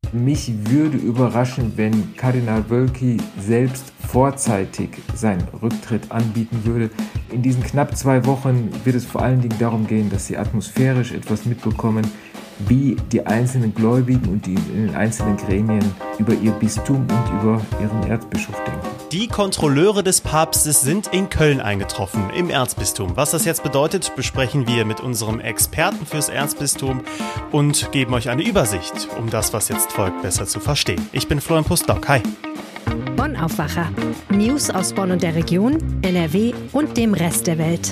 Mich würde überraschen, wenn Kardinal Wölki selbst vorzeitig seinen Rücktritt anbieten würde. In diesen knapp 2 Wochen wird es vor allen Dingen darum gehen, dass sie atmosphärisch etwas mitbekommen, wie die einzelnen Gläubigen und die in den einzelnen Gremien über ihr Bistum und über ihren Erzbischof denken. Die Kontrolleure des Papstes sind in Köln eingetroffen, im Erzbistum. Was das jetzt bedeutet, besprechen wir mit unserem Experten fürs Erzbistum und geben euch eine Übersicht, um das, was jetzt folgt, besser zu verstehen. Ich bin Florian Pustlock. Hi. Bonn Aufwacher. News aus Bonn und der Region, NRW und dem Rest der Welt.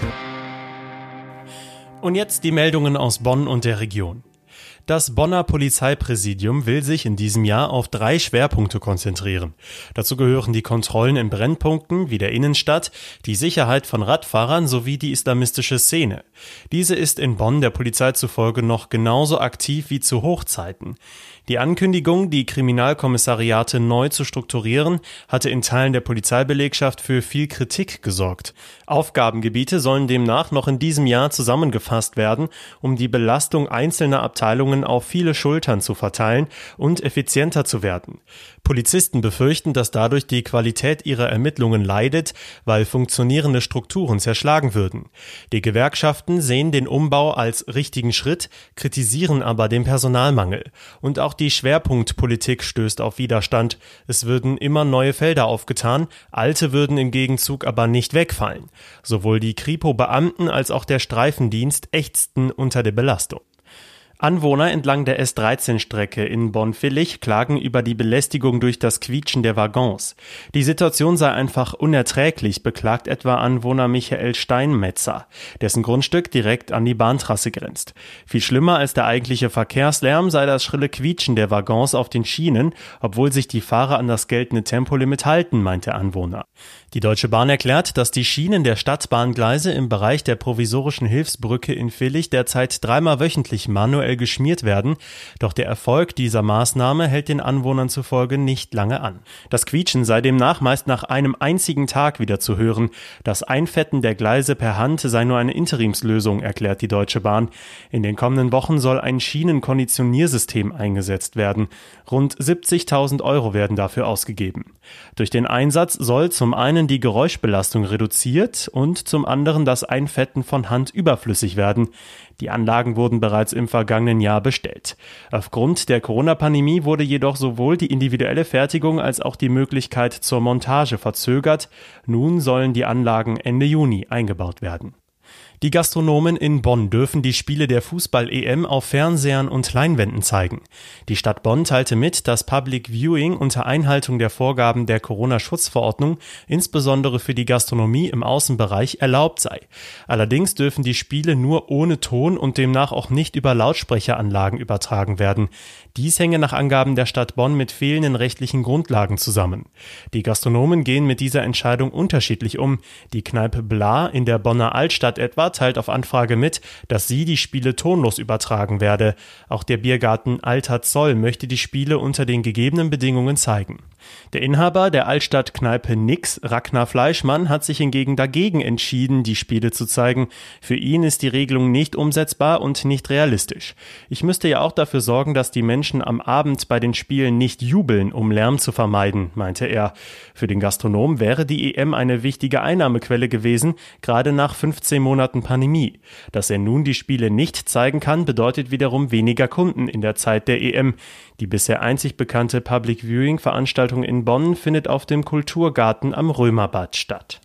Und jetzt die Meldungen aus Bonn und der Region. Das Bonner Polizeipräsidium will sich in diesem Jahr auf 3 Schwerpunkte konzentrieren. Dazu gehören die Kontrollen in Brennpunkten wie der Innenstadt, die Sicherheit von Radfahrern sowie die islamistische Szene. Diese ist in Bonn der Polizei zufolge noch genauso aktiv wie zu Hochzeiten. Die Ankündigung, die Kriminalkommissariate neu zu strukturieren, hatte in Teilen der Polizeibelegschaft für viel Kritik gesorgt. Aufgabengebiete sollen demnach noch in diesem Jahr zusammengefasst werden, um die Belastung einzelner Abteilungen auf viele Schultern zu verteilen und effizienter zu werden. Polizisten befürchten, dass dadurch die Qualität ihrer Ermittlungen leidet, weil funktionierende Strukturen zerschlagen würden. Die Gewerkschaften sehen den Umbau als richtigen Schritt, kritisieren aber den Personalmangel. Und auch die Schwerpunktpolitik stößt auf Widerstand. Es würden immer neue Felder aufgetan, alte würden im Gegenzug aber nicht wegfallen. Sowohl die Kripo-Beamten als auch der Streifendienst ächzten unter der Belastung. Anwohner entlang der S13-Strecke in Bonn-Villig klagen über die Belästigung durch das Quietschen der Waggons. Die Situation sei einfach unerträglich, beklagt etwa Anwohner Michael Steinmetzer, dessen Grundstück direkt an die Bahntrasse grenzt. Viel schlimmer als der eigentliche Verkehrslärm sei das schrille Quietschen der Waggons auf den Schienen, obwohl sich die Fahrer an das geltende Tempolimit halten, meint der Anwohner. Die Deutsche Bahn erklärt, dass die Schienen der Stadtbahngleise im Bereich der provisorischen Hilfsbrücke in Villig derzeit 3-mal wöchentlich manuell geschmiert werden, doch der Erfolg dieser Maßnahme hält den Anwohnern zufolge nicht lange an. Das Quietschen sei demnach meist nach einem einzigen Tag wieder zu hören. Das Einfetten der Gleise per Hand sei nur eine Interimslösung, erklärt die Deutsche Bahn. In den kommenden Wochen soll ein Schienenkonditioniersystem eingesetzt werden. Rund 70.000 € werden dafür ausgegeben. Durch den Einsatz soll zum einen die Geräuschbelastung reduziert und zum anderen das Einfetten von Hand überflüssig werden. Die Anlagen wurden bereits im vergangenen Jahr bestellt. Aufgrund der Corona-Pandemie wurde jedoch sowohl die individuelle Fertigung als auch die Möglichkeit zur Montage verzögert. Nun sollen die Anlagen Ende Juni eingebaut werden. Die Gastronomen in Bonn dürfen die Spiele der Fußball-EM auf Fernsehern und Leinwänden zeigen. Die Stadt Bonn teilte mit, dass Public Viewing unter Einhaltung der Vorgaben der Corona-Schutzverordnung insbesondere für die Gastronomie im Außenbereich erlaubt sei. Allerdings dürfen die Spiele nur ohne Ton und demnach auch nicht über Lautsprecheranlagen übertragen werden. Dies hänge nach Angaben der Stadt Bonn mit fehlenden rechtlichen Grundlagen zusammen. Die Gastronomen gehen mit dieser Entscheidung unterschiedlich um. Die Kneipe Bla in der Bonner Altstadt etwa teilt auf Anfrage mit, dass sie die Spiele tonlos übertragen werde. Auch der Biergarten Alter Zoll möchte die Spiele unter den gegebenen Bedingungen zeigen. Der Inhaber der Altstadtkneipe Nix, Ragnar Fleischmann, hat sich hingegen dagegen entschieden, die Spiele zu zeigen. Für ihn ist die Regelung nicht umsetzbar und nicht realistisch. Ich müsste ja auch dafür sorgen, dass die Menschen am Abend bei den Spielen nicht jubeln, um Lärm zu vermeiden, meinte er. Für den Gastronom wäre die EM eine wichtige Einnahmequelle gewesen, gerade nach 15 Monaten Pandemie. Dass er nun die Spiele nicht zeigen kann, bedeutet wiederum weniger Kunden in der Zeit der EM. Die bisher einzig bekannte Public Viewing Veranstaltung in Bonn findet auf dem Kulturgarten am Römerbad statt.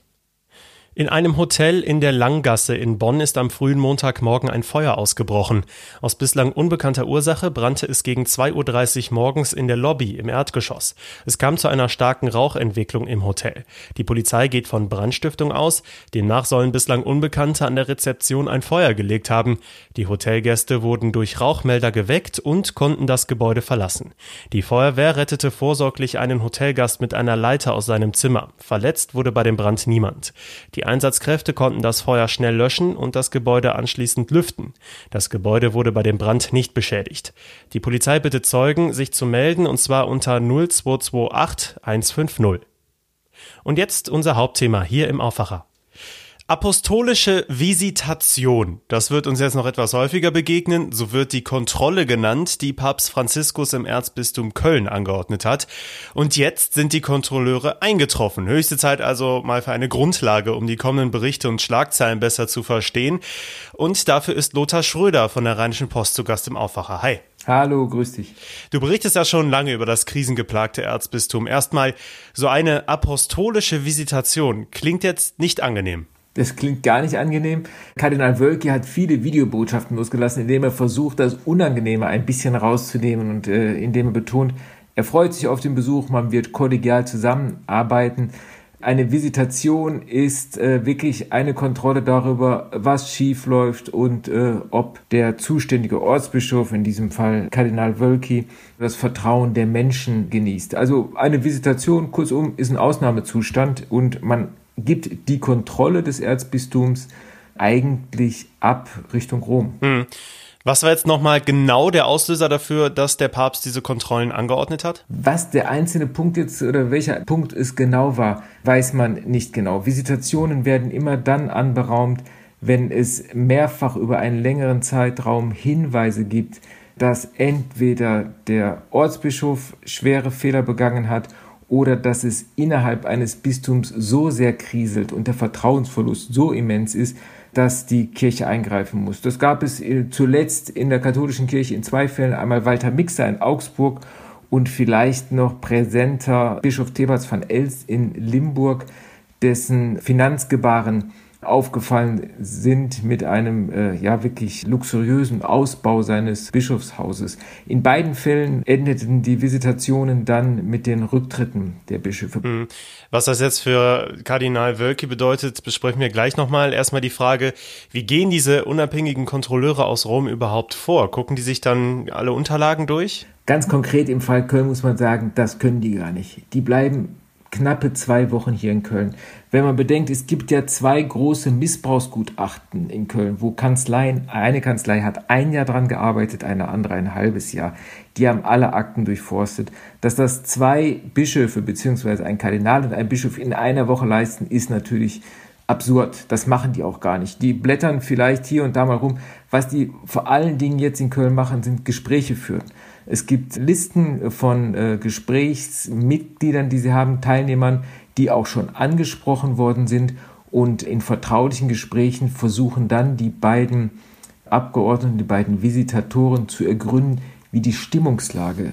In einem Hotel in der Langgasse in Bonn ist am frühen Montagmorgen ein Feuer ausgebrochen. Aus bislang unbekannter Ursache brannte es gegen 2:30 Uhr morgens in der Lobby im Erdgeschoss. Es kam zu einer starken Rauchentwicklung im Hotel. Die Polizei geht von Brandstiftung aus. Demnach sollen bislang Unbekannte an der Rezeption ein Feuer gelegt haben. Die Hotelgäste wurden durch Rauchmelder geweckt und konnten das Gebäude verlassen. Die Feuerwehr rettete vorsorglich einen Hotelgast mit einer Leiter aus seinem Zimmer. Verletzt wurde bei dem Brand niemand. Die Einsatzkräfte konnten das Feuer schnell löschen und das Gebäude anschließend lüften. Das Gebäude wurde bei dem Brand nicht beschädigt. Die Polizei bittet Zeugen, sich zu melden, und zwar unter 0228 150. Und jetzt unser Hauptthema hier im Aufwacher. Apostolische Visitation, das wird uns jetzt noch etwas häufiger begegnen, so wird die Kontrolle genannt, die Papst Franziskus im Erzbistum Köln angeordnet hat. Und jetzt sind die Kontrolleure eingetroffen. Höchste Zeit also mal für eine Grundlage, um die kommenden Berichte und Schlagzeilen besser zu verstehen. Und dafür ist Lothar Schröder von der Rheinischen Post zu Gast im Aufwacher. Hi. Hallo, grüß dich. Du berichtest ja schon lange über das krisengeplagte Erzbistum. Erstmal, so eine apostolische Visitation klingt jetzt nicht angenehm. Das klingt gar nicht angenehm. Kardinal Wölki hat viele Videobotschaften losgelassen, indem er versucht, das Unangenehme ein bisschen rauszunehmen und indem er betont, er freut sich auf den Besuch, man wird kollegial zusammenarbeiten. Eine Visitation ist wirklich eine Kontrolle darüber, was schief läuft und ob der zuständige Ortsbischof, in diesem Fall Kardinal Wölki, das Vertrauen der Menschen genießt. Also eine Visitation, kurzum, ist ein Ausnahmezustand und man gibt die Kontrolle des Erzbistums eigentlich ab Richtung Rom. Was war jetzt nochmal genau der Auslöser dafür, dass der Papst diese Kontrollen angeordnet hat? Was der einzelne Punkt jetzt oder welcher Punkt es genau war, weiß man nicht genau. Visitationen werden immer dann anberaumt, wenn es mehrfach über einen längeren Zeitraum Hinweise gibt, dass entweder der Ortsbischof schwere Fehler begangen hat oder dass es innerhalb eines Bistums so sehr kriselt und der Vertrauensverlust so immens ist, dass die Kirche eingreifen muss. Das gab es zuletzt in der katholischen Kirche in 2 Fällen. Einmal Walter Mixer in Augsburg und vielleicht noch präsenter Bischof Theberts van Elst in Limburg, dessen Finanzgebaren aufgefallen sind mit einem wirklich luxuriösen Ausbau seines Bischofshauses. In beiden Fällen endeten die Visitationen dann mit den Rücktritten der Bischöfe. Was das jetzt für Kardinal Wölki bedeutet, besprechen wir gleich nochmal. Erstmal die Frage, wie gehen diese unabhängigen Kontrolleure aus Rom überhaupt vor? Gucken die sich dann alle Unterlagen durch? Ganz konkret im Fall Köln muss man sagen, das können die gar nicht. Die bleiben knappe 2 Wochen hier in Köln. Wenn man bedenkt, es gibt ja 2 große Missbrauchsgutachten in Köln, wo eine Kanzlei hat 1 Jahr dran gearbeitet, eine andere ein halbes Jahr. Die haben alle Akten durchforstet. Dass das 2 Bischöfe bzw. ein Kardinal und ein Bischof in einer Woche leisten, ist natürlich absurd. Das machen die auch gar nicht. Die blättern vielleicht hier und da mal rum. Was die vor allen Dingen jetzt in Köln machen, sind Gespräche führen. Es gibt Listen von Gesprächsmitgliedern, die sie haben, Teilnehmern, die auch schon angesprochen worden sind. Und in vertraulichen Gesprächen versuchen dann die beiden Abgeordneten, die beiden Visitatoren zu ergründen, wie die Stimmungslage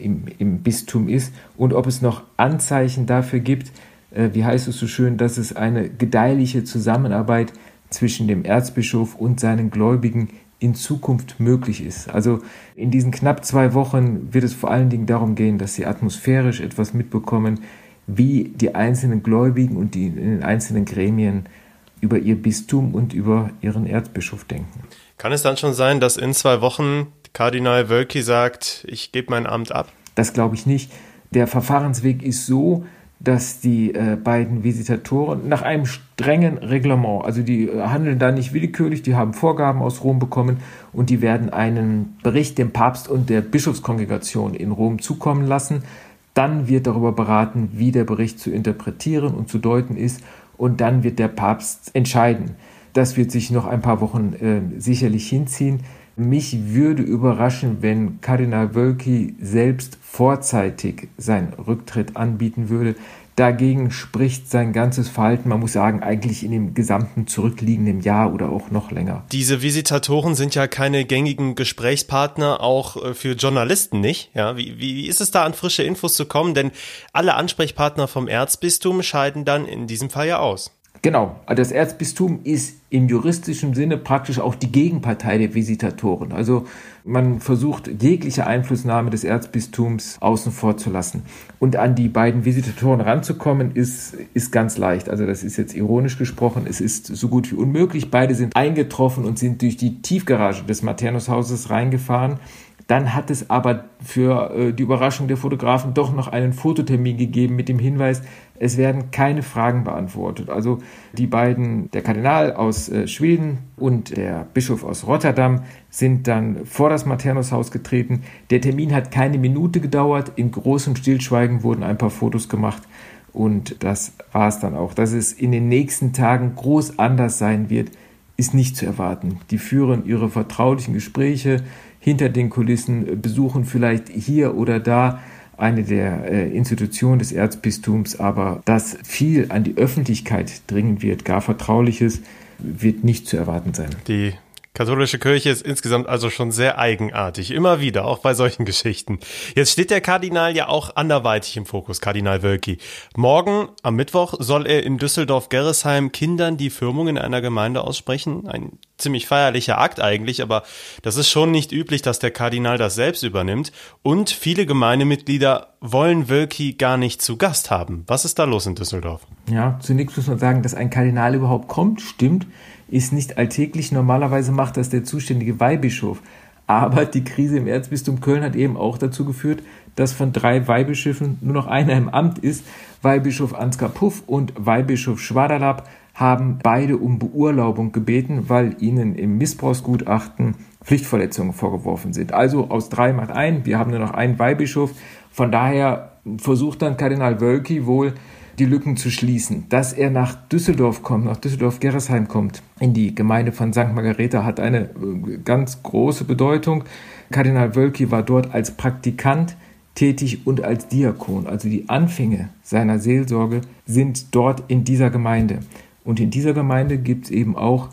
im Bistum ist und ob es noch Anzeichen dafür gibt, wie heißt es so schön, dass es eine gedeihliche Zusammenarbeit zwischen dem Erzbischof und seinen Gläubigen in Zukunft möglich ist. Also in diesen knapp 2 Wochen wird es vor allen Dingen darum gehen, dass sie atmosphärisch etwas mitbekommen, wie die einzelnen Gläubigen und die in den einzelnen Gremien über ihr Bistum und über ihren Erzbischof denken. Kann es dann schon sein, dass in 2 Wochen Kardinal Wölki sagt, ich gebe mein Amt ab? Das glaube ich nicht. Der Verfahrensweg ist so, dass die beiden Visitatoren nach einem strengen Reglement, also die handeln da nicht willkürlich, die haben Vorgaben aus Rom bekommen und die werden einen Bericht dem Papst und der Bischofskongregation in Rom zukommen lassen. Dann wird darüber beraten, wie der Bericht zu interpretieren und zu deuten ist und dann wird der Papst entscheiden. Das wird sich noch ein paar Wochen sicherlich hinziehen. Mich würde überraschen, wenn Kardinal Wölki selbst vorzeitig seinen Rücktritt anbieten würde. Dagegen spricht sein ganzes Verhalten, man muss sagen, eigentlich in dem gesamten zurückliegenden Jahr oder auch noch länger. Diese Visitatoren sind ja keine gängigen Gesprächspartner, auch für Journalisten nicht. Ja, wie ist es da, an frische Infos zu kommen? Denn alle Ansprechpartner vom Erzbistum scheiden dann in diesem Fall ja aus. Genau, das Erzbistum ist im juristischen Sinne praktisch auch die Gegenpartei der Visitatoren. Also man versucht, jegliche Einflussnahme des Erzbistums außen vor zu lassen. Und an die beiden Visitatoren ranzukommen, ist ganz leicht. Also das ist jetzt ironisch gesprochen, es ist so gut wie unmöglich. Beide sind eingetroffen und sind durch die Tiefgarage des Maternushauses reingefahren. Dann hat es aber für die Überraschung der Fotografen doch noch einen Fototermin gegeben mit dem Hinweis, es werden keine Fragen beantwortet. Also die beiden, der Kardinal aus Schweden und der Bischof aus Rotterdam, sind dann vor das Maternushaus getreten. Der Termin hat keine Minute gedauert. In großem Stillschweigen wurden ein paar Fotos gemacht Und das war es dann auch. Dass es in den nächsten Tagen groß anders sein wird, ist nicht zu erwarten. Die führen ihre vertraulichen Gespräche hinter den Kulissen, besuchen vielleicht hier oder da eine der Institutionen des Erzbistums, aber dass viel an die Öffentlichkeit dringen wird, gar Vertrauliches, wird nicht zu erwarten sein. Die katholische Kirche ist insgesamt also schon sehr eigenartig, immer wieder, auch bei solchen Geschichten. Jetzt steht der Kardinal ja auch anderweitig im Fokus, Kardinal Wölki. Morgen, am Mittwoch, soll er in Düsseldorf-Gerresheim Kindern die Firmung in einer Gemeinde aussprechen. Ein ziemlich feierlicher Akt eigentlich, aber das ist schon nicht üblich, dass der Kardinal das selbst übernimmt. Und viele Gemeindemitglieder wollen Wölki gar nicht zu Gast haben. Was ist da los in Düsseldorf? Ja, zunächst muss man sagen, dass ein Kardinal überhaupt kommt, stimmt, ist nicht alltäglich. Normalerweise macht das der zuständige Weihbischof. Aber die Krise im Erzbistum Köln hat eben auch dazu geführt, dass von 3 Weihbischöfen nur noch einer im Amt ist. Weihbischof Ansgar Puff und Weihbischof Schwaderlapp haben beide um Beurlaubung gebeten, weil ihnen im Missbrauchsgutachten Pflichtverletzungen vorgeworfen sind. Also aus 3 macht 1, wir haben nur noch einen Weihbischof. Von daher versucht dann Kardinal Wölki wohl, die Lücken zu schließen. Dass er nach Düsseldorf kommt, nach Düsseldorf-Gerresheim kommt, in die Gemeinde von St. Margareta, hat eine ganz große Bedeutung. Kardinal Wölki war dort als Praktikant tätig und als Diakon. Also die Anfänge seiner Seelsorge sind dort in dieser Gemeinde. Und in dieser Gemeinde gibt es eben auch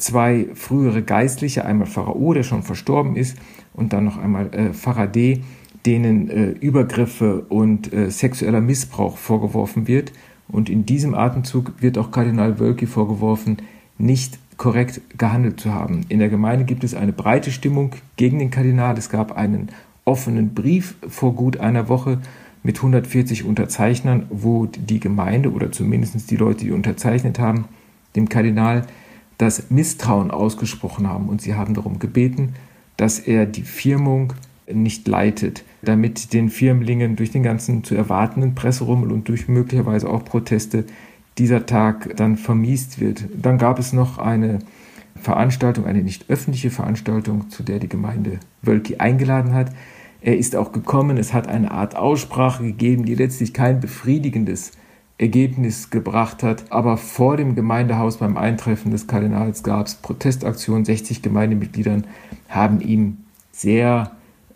2 frühere Geistliche, einmal Pfarrer O, der schon verstorben ist, und dann noch einmal Pfarrer D, denen Übergriffe und sexueller Missbrauch vorgeworfen wird. Und in diesem Atemzug wird auch Kardinal Wölki vorgeworfen, nicht korrekt gehandelt zu haben. In der Gemeinde gibt es eine breite Stimmung gegen den Kardinal. Es gab einen offenen Brief vor gut einer Woche mit 140 Unterzeichnern, wo die Gemeinde oder zumindest die Leute, die unterzeichnet haben, dem Kardinal das Misstrauen ausgesprochen haben. Und sie haben darum gebeten, dass er die Firmung nicht leitet, damit den Firmlingen durch den ganzen zu erwartenden Presserummel und durch möglicherweise auch Proteste dieser Tag dann vermiest wird. Dann gab es noch eine Veranstaltung, eine nicht öffentliche Veranstaltung, zu der die Gemeinde Wölki eingeladen hat. Er ist auch gekommen, es hat eine Art Aussprache gegeben, die letztlich kein befriedigendes Ergebnis gebracht hat. Aber vor dem Gemeindehaus beim Eintreffen des Kardinals gab es Protestaktionen. 60 Gemeindemitgliedern haben ihm sehr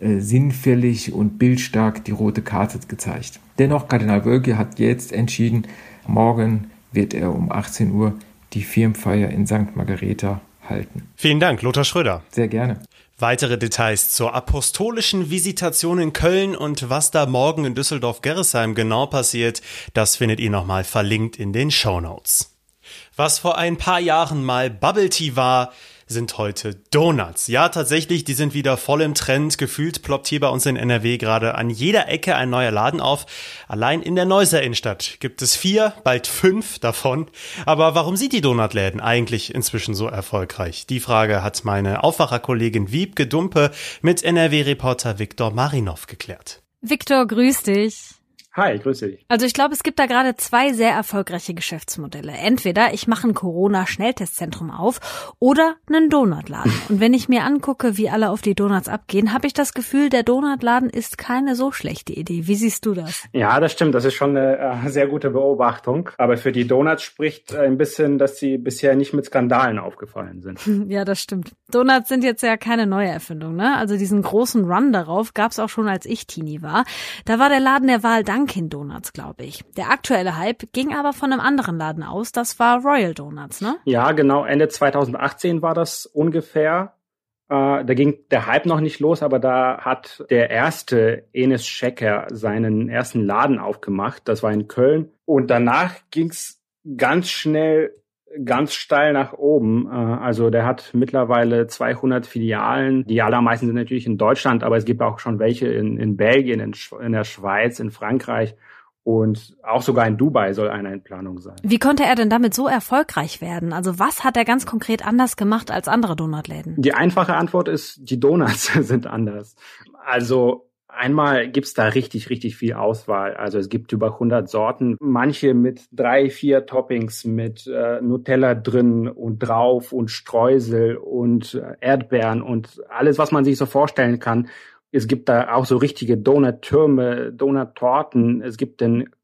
sinnfällig und bildstark die rote Karte gezeigt. Dennoch, Kardinal Wölki hat jetzt entschieden, morgen wird er um 18 Uhr die Firmenfeier in St. Margareta halten. Vielen Dank, Lothar Schröder. Sehr gerne. Weitere Details zur apostolischen Visitation in Köln und was da morgen in Düsseldorf-Gerresheim genau passiert, das findet ihr nochmal verlinkt in den Shownotes. Was vor ein paar Jahren mal Bubble Tea war, sind heute Donuts. Ja, tatsächlich, die sind wieder voll im Trend. Gefühlt ploppt hier bei uns in NRW gerade an jeder Ecke ein neuer Laden auf. Allein in der Neusser Innenstadt gibt es 4, bald 5 davon. Aber warum sind die Donutläden eigentlich inzwischen so erfolgreich? Die Frage hat meine Aufwacherkollegin Wiebke Dumpe mit NRW-Reporter Viktor Marinov geklärt. Viktor, grüß dich. Hi, grüße dich. Also ich glaube, es gibt da gerade 2 sehr erfolgreiche Geschäftsmodelle. Entweder ich mache ein Corona-Schnelltestzentrum auf oder einen Donutladen. Und wenn ich mir angucke, wie alle auf die Donuts abgehen, habe ich das Gefühl, der Donutladen ist keine so schlechte Idee. Wie siehst du das? Ja, das stimmt. Das ist schon eine sehr gute Beobachtung. Aber für die Donuts spricht ein bisschen, dass sie bisher nicht mit Skandalen aufgefallen sind. Ja, das stimmt. Donuts sind jetzt ja keine neue Erfindung, ne? Also diesen großen Run darauf gab es auch schon, als ich Teenie war. Da war der Laden der Wahl Dunkin' Donuts, glaube ich. Der aktuelle Hype ging aber von einem anderen Laden aus. Das war Royal Donuts, ne? Ja, genau. Ende 2018 war das ungefähr. Da ging der Hype noch nicht los, aber da hat der erste Enes Schecker seinen ersten Laden aufgemacht. Das war in Köln. Und danach ging's ganz schnell ganz steil nach oben. Also der hat mittlerweile 200 Filialen. Die allermeisten sind natürlich in Deutschland, aber es gibt auch schon welche in Belgien, in der Schweiz, in Frankreich und auch sogar in Dubai soll einer in Planung sein. Wie konnte er denn damit so erfolgreich werden? Also was hat er ganz konkret anders gemacht als andere Donutläden? Die einfache Antwort ist, die Donuts sind anders. Also einmal gibt's da richtig, richtig viel Auswahl. Also es gibt über 100 Sorten, manche mit 3, 4 Toppings, mit Nutella drin und drauf und Streusel und Erdbeeren und alles, was man sich so vorstellen kann. Es gibt da auch so richtige Donut-Türme, Donut-Torten. Es gibt den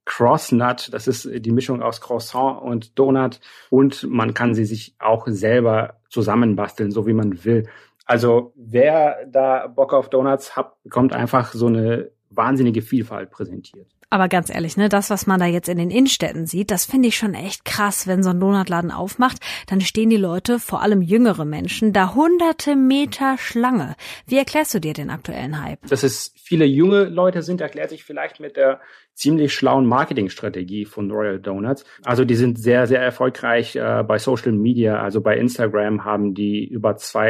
Croissnut. Das ist die Mischung aus Croissant und Donut. Und man kann sie sich auch selber zusammenbasteln, so wie man will. Also wer da Bock auf Donuts hat, bekommt einfach so eine wahnsinnige Vielfalt präsentiert. Aber ganz ehrlich, ne, das, was man da jetzt in den Innenstädten sieht, das finde ich schon echt krass. Wenn so ein Donutladen aufmacht, dann stehen die Leute, vor allem jüngere Menschen, da hunderte Meter Schlange. Wie erklärst du dir den aktuellen Hype? Dass es viele junge Leute sind, erklärt sich vielleicht mit der ziemlich schlauen Marketingstrategie von Royal Donuts. Also die sind sehr, sehr erfolgreich bei Social Media. Also bei Instagram haben die über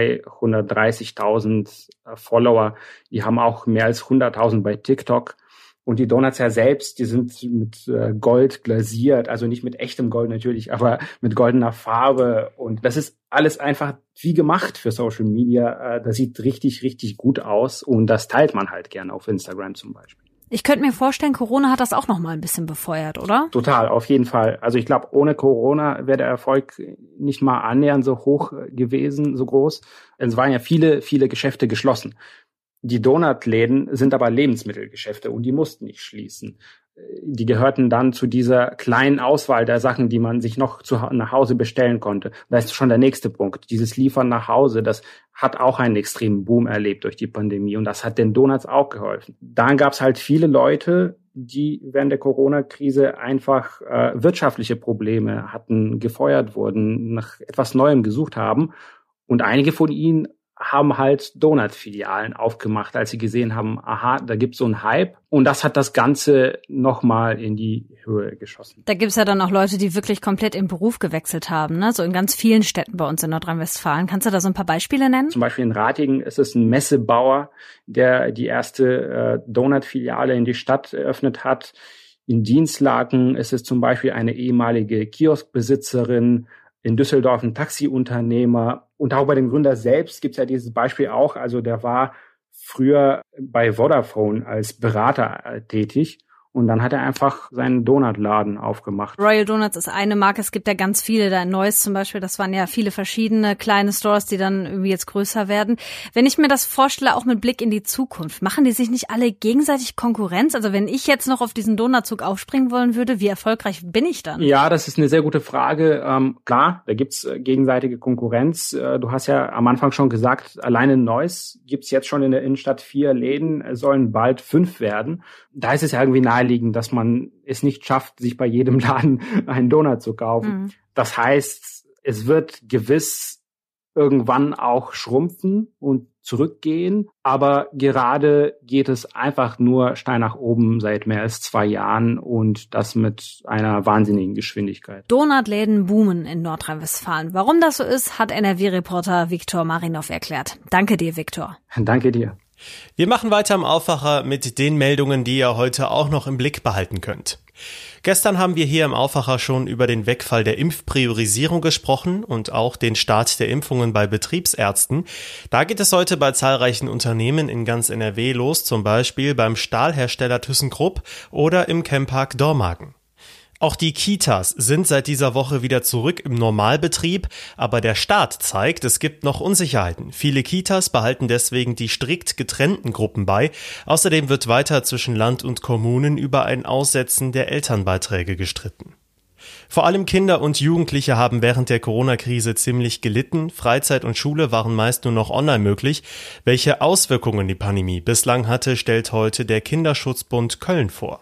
230.000 Follower. Die haben auch mehr als 100.000 bei TikTok. Und die Donuts ja selbst, die sind mit Gold glasiert, also nicht mit echtem Gold natürlich, aber mit goldener Farbe. Und das ist alles einfach wie gemacht für Social Media. Das sieht richtig, richtig gut aus und das teilt man halt gerne auf Instagram zum Beispiel. Ich könnte mir vorstellen, Corona hat das auch noch mal ein bisschen befeuert, oder? Total, auf jeden Fall. Also ich glaube, ohne Corona wäre der Erfolg nicht mal annähernd so hoch gewesen, so groß. Es waren ja viele, viele Geschäfte geschlossen. Die Donutläden sind aber Lebensmittelgeschäfte und die mussten nicht schließen. Die gehörten dann zu dieser kleinen Auswahl der Sachen, die man sich noch nach Hause bestellen konnte. Da ist schon der nächste Punkt. Dieses Liefern nach Hause, das hat auch einen extremen Boom erlebt durch die Pandemie und das hat den Donuts auch geholfen. Dann gab es halt viele Leute, die während der Corona-Krise einfach wirtschaftliche Probleme hatten, gefeuert wurden, nach etwas Neuem gesucht haben und einige von ihnen haben halt Donut-Filialen aufgemacht, als sie gesehen haben, aha, da gibt's so einen Hype. Und das hat das Ganze nochmal in die Höhe geschossen. Da gibt's ja dann auch Leute, die wirklich komplett im Beruf gewechselt haben, ne? So in ganz vielen Städten bei uns in Nordrhein-Westfalen. Kannst du da so ein paar Beispiele nennen? Zum Beispiel in Ratingen ist es ein Messebauer, der die erste Donut-Filiale in die Stadt eröffnet hat. In Dinslaken ist es zum Beispiel eine ehemalige Kioskbesitzerin, in Düsseldorf ein Taxiunternehmer und auch bei dem Gründer selbst gibt's ja dieses Beispiel auch. Also der war früher bei Vodafone als Berater tätig und dann hat er einfach seinen Donutladen aufgemacht. Royal Donuts ist eine Marke, es gibt ja ganz viele, da in Neuss zum Beispiel, das waren ja viele verschiedene kleine Stores, die dann irgendwie jetzt größer werden. Wenn ich mir das vorstelle, auch mit Blick in die Zukunft, machen die sich nicht alle gegenseitig Konkurrenz? Also wenn ich jetzt noch auf diesen Donutzug aufspringen wollen würde, wie erfolgreich bin ich dann? Ja, das ist eine sehr gute Frage. Klar, da gibt's gegenseitige Konkurrenz. Du hast ja am Anfang schon gesagt, allein in Neuss gibt's jetzt schon in der Innenstadt 4 Läden, sollen bald 5 werden. Da ist es ja irgendwie naheliegend, dass man es nicht schafft, sich bei jedem Laden einen Donut zu kaufen. Mhm. Das heißt, es wird gewiss irgendwann auch schrumpfen und zurückgehen. Aber gerade geht es einfach nur steil nach oben seit mehr als 2 Jahren und das mit einer wahnsinnigen Geschwindigkeit. Donutläden boomen in Nordrhein-Westfalen. Warum das so ist, hat NRW-Reporter Viktor Marinov erklärt. Danke dir, Viktor. Danke dir. Wir machen weiter im Aufwacher mit den Meldungen, die ihr heute auch noch im Blick behalten könnt. Gestern haben wir hier im Aufwacher schon über den Wegfall der Impfpriorisierung gesprochen und auch den Start der Impfungen bei Betriebsärzten. Da geht es heute bei zahlreichen Unternehmen in ganz NRW los, zum Beispiel beim Stahlhersteller ThyssenKrupp oder im Chempark Dormagen. Auch die Kitas sind seit dieser Woche wieder zurück im Normalbetrieb, aber der Staat zeigt, es gibt noch Unsicherheiten. Viele Kitas behalten deswegen die strikt getrennten Gruppen bei. Außerdem wird weiter zwischen Land und Kommunen über ein Aussetzen der Elternbeiträge gestritten. Vor allem Kinder und Jugendliche haben während der Corona-Krise ziemlich gelitten. Freizeit und Schule waren meist nur noch online möglich. Welche Auswirkungen die Pandemie bislang hatte, stellt heute der Kinderschutzbund Köln vor.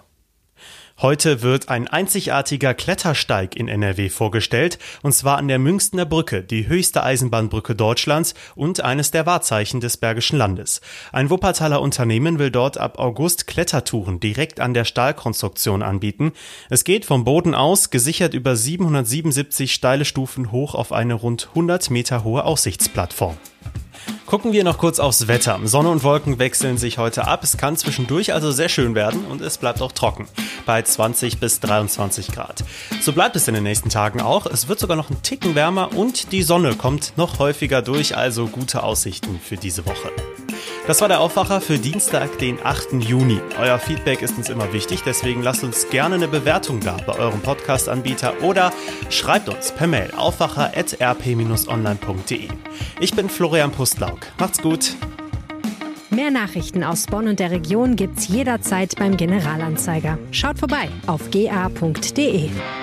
Heute wird ein einzigartiger Klettersteig in NRW vorgestellt, und zwar an der Münchner Brücke, die höchste Eisenbahnbrücke Deutschlands und eines der Wahrzeichen des Bergischen Landes. Ein Wuppertaler Unternehmen will dort ab August Klettertouren direkt an der Stahlkonstruktion anbieten. Es geht vom Boden aus, gesichert über 777 steile Stufen hoch auf eine rund 100 Meter hohe Aussichtsplattform. Gucken wir noch kurz aufs Wetter. Sonne und Wolken wechseln sich heute ab. Es kann zwischendurch also sehr schön werden und es bleibt auch trocken bei 20 bis 23 Grad. So bleibt es in den nächsten Tagen auch. Es wird sogar noch ein Ticken wärmer und die Sonne kommt noch häufiger durch, also gute Aussichten für diese Woche. Das war der Aufwacher für Dienstag, den 8. Juni. Euer Feedback ist uns immer wichtig, deswegen lasst uns gerne eine Bewertung da bei eurem Podcast-Anbieter oder schreibt uns per Mail aufwacher@rp-online.de. Ich bin Florian Pustlauk. Macht's gut. Mehr Nachrichten aus Bonn und der Region gibt's jederzeit beim Generalanzeiger. Schaut vorbei auf ga.de.